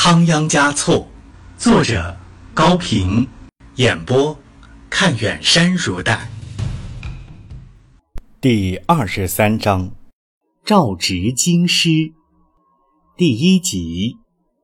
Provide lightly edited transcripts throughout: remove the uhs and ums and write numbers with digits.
仓央嘉措，作者高平，演播看远山如黛。 第23章，诏职京师，第1集。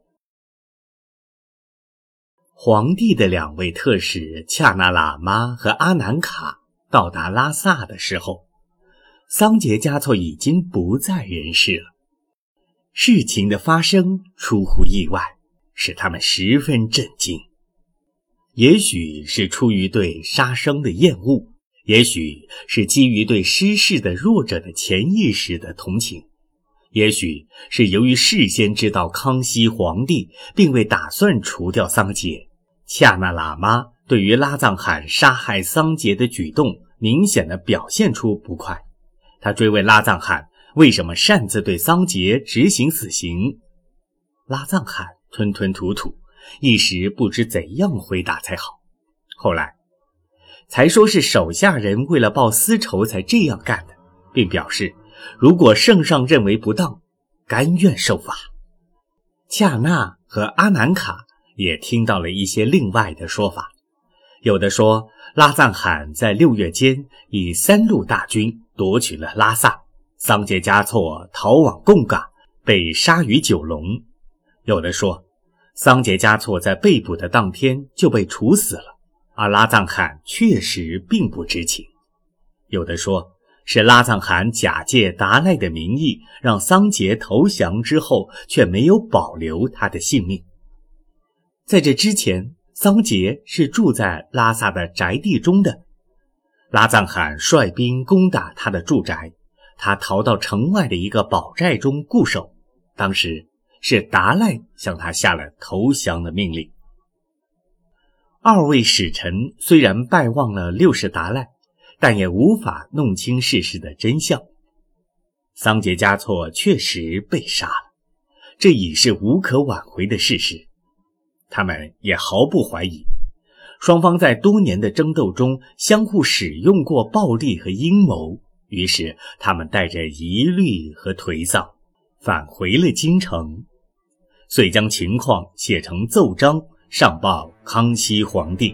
皇帝的2位特使恰那喇嘛和阿南卡到达拉萨的时候，桑杰嘉措已经不在人世了。事情的发生出乎意外，使他们十分震惊。也许是出于对杀生的厌恶，也许是基于对失势的弱者的潜意识的同情，也许是由于事先知道康熙皇帝并未打算除掉桑杰，恰那喇嘛对于拉藏汗杀害桑杰的举动明显地表现出不快。他追问拉藏汗为什么擅自对桑杰执行死刑。拉藏汗吞吞吐吐，一时不知怎样回答才好。后来才说是手下人为了报私仇才这样干的，并表示如果圣上认为不当，甘愿受罚。恰那和阿南卡也听到了一些另外的说法，有的说拉藏汗在6月间以3路大军夺取了拉萨，桑杰嘉措逃往贡嘎，被杀于九龙。有的说桑杰嘉措在被捕的当天就被处死了，而拉藏汗确实并不知情。有的说是拉藏汗假借达赖的名义让桑杰投降之后，却没有保留他的性命。在这之前，桑杰是住在拉萨的宅地中的，拉藏汗率兵攻打他的住宅，他逃到城外的一个堡寨中固守，当时是达赖向他下了投降的命令。2位使臣虽然拜望了六世达赖，但也无法弄清事实的真相。桑杰嘉措确实被杀了，这已是无可挽回的事实。他们也毫不怀疑，双方在多年的争斗中相互使用过暴力和阴谋，于是他们带着疑虑和颓丧返回了京城，遂将情况写成奏章上报康熙皇帝。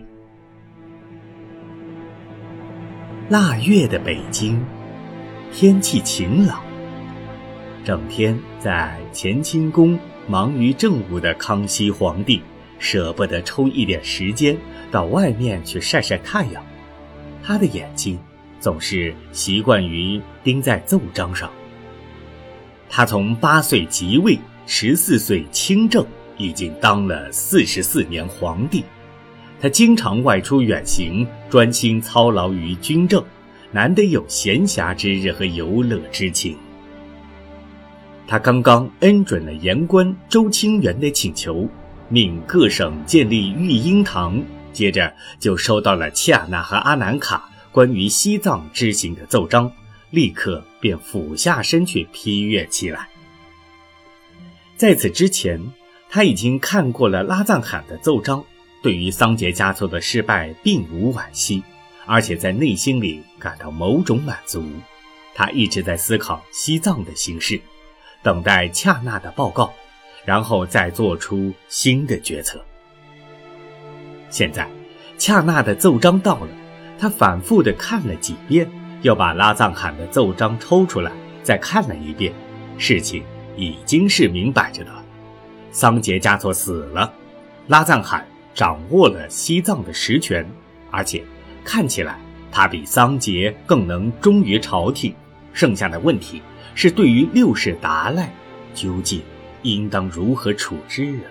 腊月的北京，天气晴朗，整天在乾清宫忙于政务的康熙皇帝舍不得抽一点时间到外面去晒晒太阳，他的眼睛总是习惯于盯在奏章上。他从8岁即位14岁亲政，已经当了44年皇帝。他经常外出远行，专心操劳于军政，难得有闲暇之日和游乐之情。他刚刚恩准了言官周清源的请求，命各省建立育婴堂，接着就收到了恰那和阿南卡关于西藏之行的奏章，立刻便俯下身去批阅起来。在此之前，他已经看过了拉藏汗的奏章，对于桑杰嘉措的失败并无惋惜，而且在内心里感到某种满足。他一直在思考西藏的形势，等待恰那的报告，然后再做出新的决策。现在恰那的奏章到了，他反复地看了几遍，又把拉藏汗的奏章抽出来再看了一遍，事情已经是明摆着的了。桑杰嘉措死了，拉藏汗掌握了西藏的实权，而且看起来他比桑杰更能忠于朝廷。剩下的问题是对于六世达赖究竟应当如何处置啊？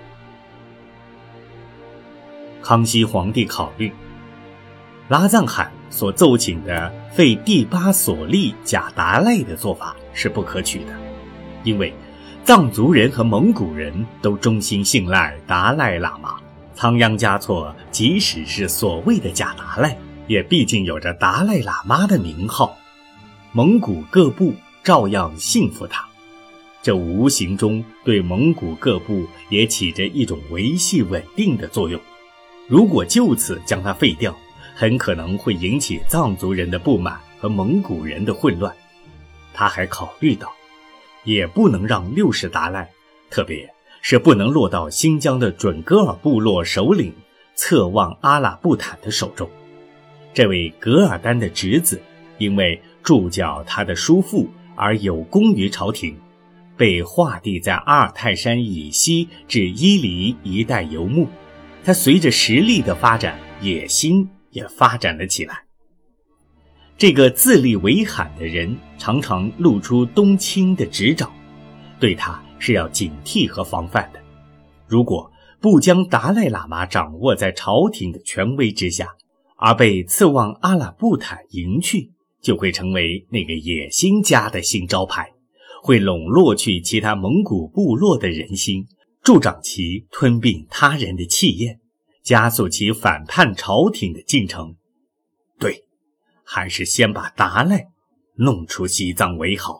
康熙皇帝考虑，拉藏汗所奏请的废第8所立假达赖的做法是不可取的，因为藏族人和蒙古人都衷心信赖达赖喇嘛，仓央嘉措即使是所谓的假达赖，也毕竟有着达赖喇嘛的名号，蒙古各部照样信服他，这无形中对蒙古各部也起着一种维系稳定的作用。如果就此将它废掉，很可能会引起藏族人的不满和蒙古人的混乱。他还考虑到，也不能让六世达赖，特别是不能落到新疆的准噶尔部落首领策旺阿拉布坦的手中。这位噶尔丹的侄子因为助教他的叔父而有功于朝廷，被划地在阿尔泰山以西至伊犁一带游牧。他随着实力的发展，野心也发展了起来。这个自立为罕的人常常露出东侵的指爪，对他是要警惕和防范的。如果不将达赖喇嘛掌握在朝廷的权威之下，而被刺旺阿拉布坦迎去，就会成为那个野心家的新招牌，会笼络去其他蒙古部落的人心，助长其吞并他人的气焰，加速其反叛朝廷的进程。对，还是先把达赖弄出西藏为好。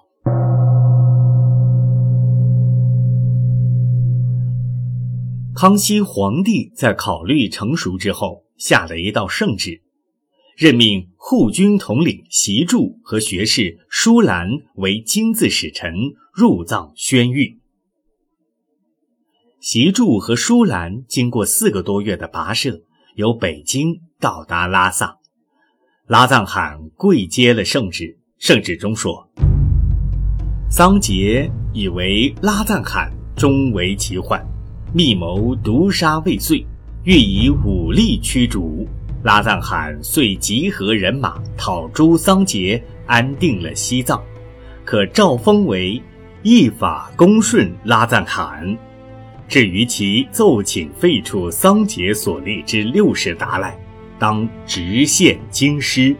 康熙皇帝在考虑成熟之后，下了一道圣旨，任命护军统领习柱和学士舒兰为金字使臣入藏宣谕。习柱和舒兰经过4个多月的跋涉，由北京到达拉萨。拉藏汗跪接了圣旨，圣旨中说：桑杰以为拉藏汗终为其患，密谋毒杀未遂，欲以武力驱逐。拉藏汗遂集合人马讨诛桑杰，安定了西藏，可诏封为依法恭顺拉藏汗。至于其奏请废黜桑杰所立之6世达赖，当直献京师。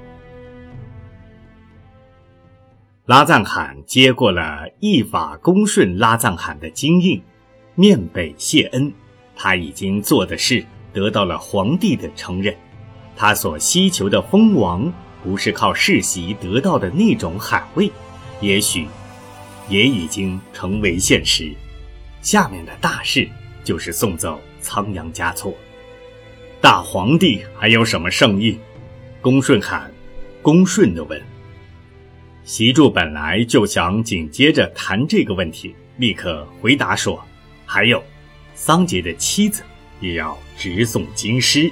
拉藏汗接过了依法恭顺拉藏汗的金印，面北谢恩。他已经做的事得到了皇帝的承认，他所希求的封王不是靠世袭得到的那种罕位，也许也已经成为现实。下面的大事就是送走仓央嘉措。大皇帝还有什么圣意？恭顺汗恭顺地问。习柱本来就想紧接着谈这个问题，立刻回答说：还有，桑杰的妻子也要直送京师。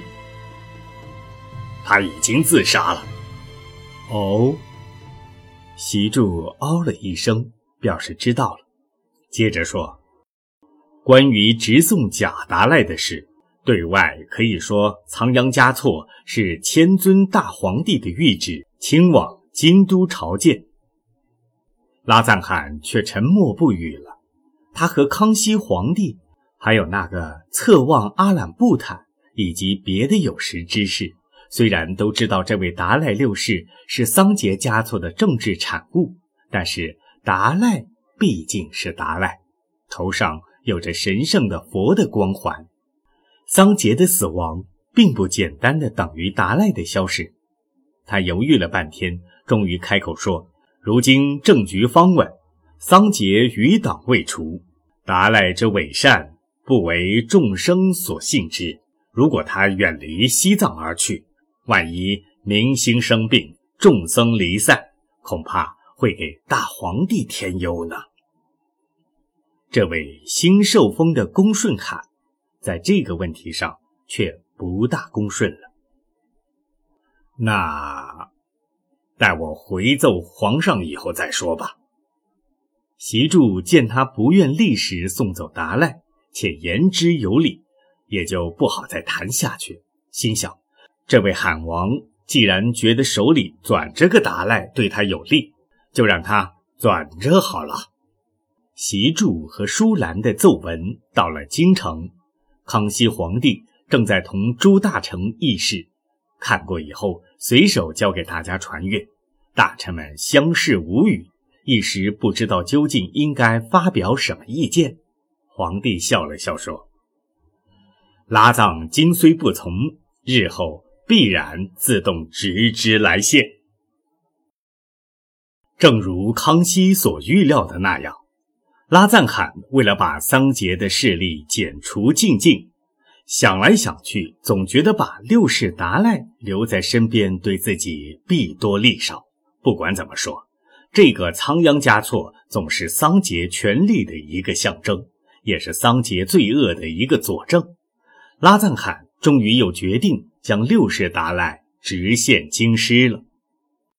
他已经自杀了。哦。习柱哦了一声，表示知道了，接着说：关于直送假达赖的事，对外可以说仓央嘉措是千尊大皇帝的谕旨，亲往京都朝见。拉藏汗却沉默不语了。他和康熙皇帝还有那个策旺阿兰布坦以及别的有识之士，虽然都知道这位达赖6世是桑杰嘉措的政治产物，但是达赖毕竟是达赖，头上有着神圣的佛的光环。桑杰的死亡并不简单的等于达赖的消失。他犹豫了半天，终于开口说：如今政局方稳，桑杰余党未除，达赖之伪善不为众生所信之。如果他远离西藏而去，万一民心生病，众僧离散，恐怕会给大皇帝添忧呢。这位新受封的恭顺汗在这个问题上却不大恭顺了。那待我回奏皇上以后再说吧。习柱见他不愿立时送走达赖，且言之有理，也就不好再谈下去，心想这位罕王既然觉得手里攥着个达赖对他有利，就让他攥着好了。习柱和舒兰的奏文到了京城，康熙皇帝正在同诸大臣议事，看过以后随手交给大家传阅，大臣们相视无语，一时不知道究竟应该发表什么意见。皇帝笑了笑说：拉藏今虽不从，日后必然自动直之来献。正如康熙所预料的那样，拉藏汗为了把桑杰的势力剪除净尽，想来想去，总觉得把6世达赖留在身边对自己弊多利少。不管怎么说，这个仓央嘉措总是桑杰权力的一个象征， 也是桑杰罪恶的一个佐证。拉赞罕终于又决定将六世达赖直线京师了。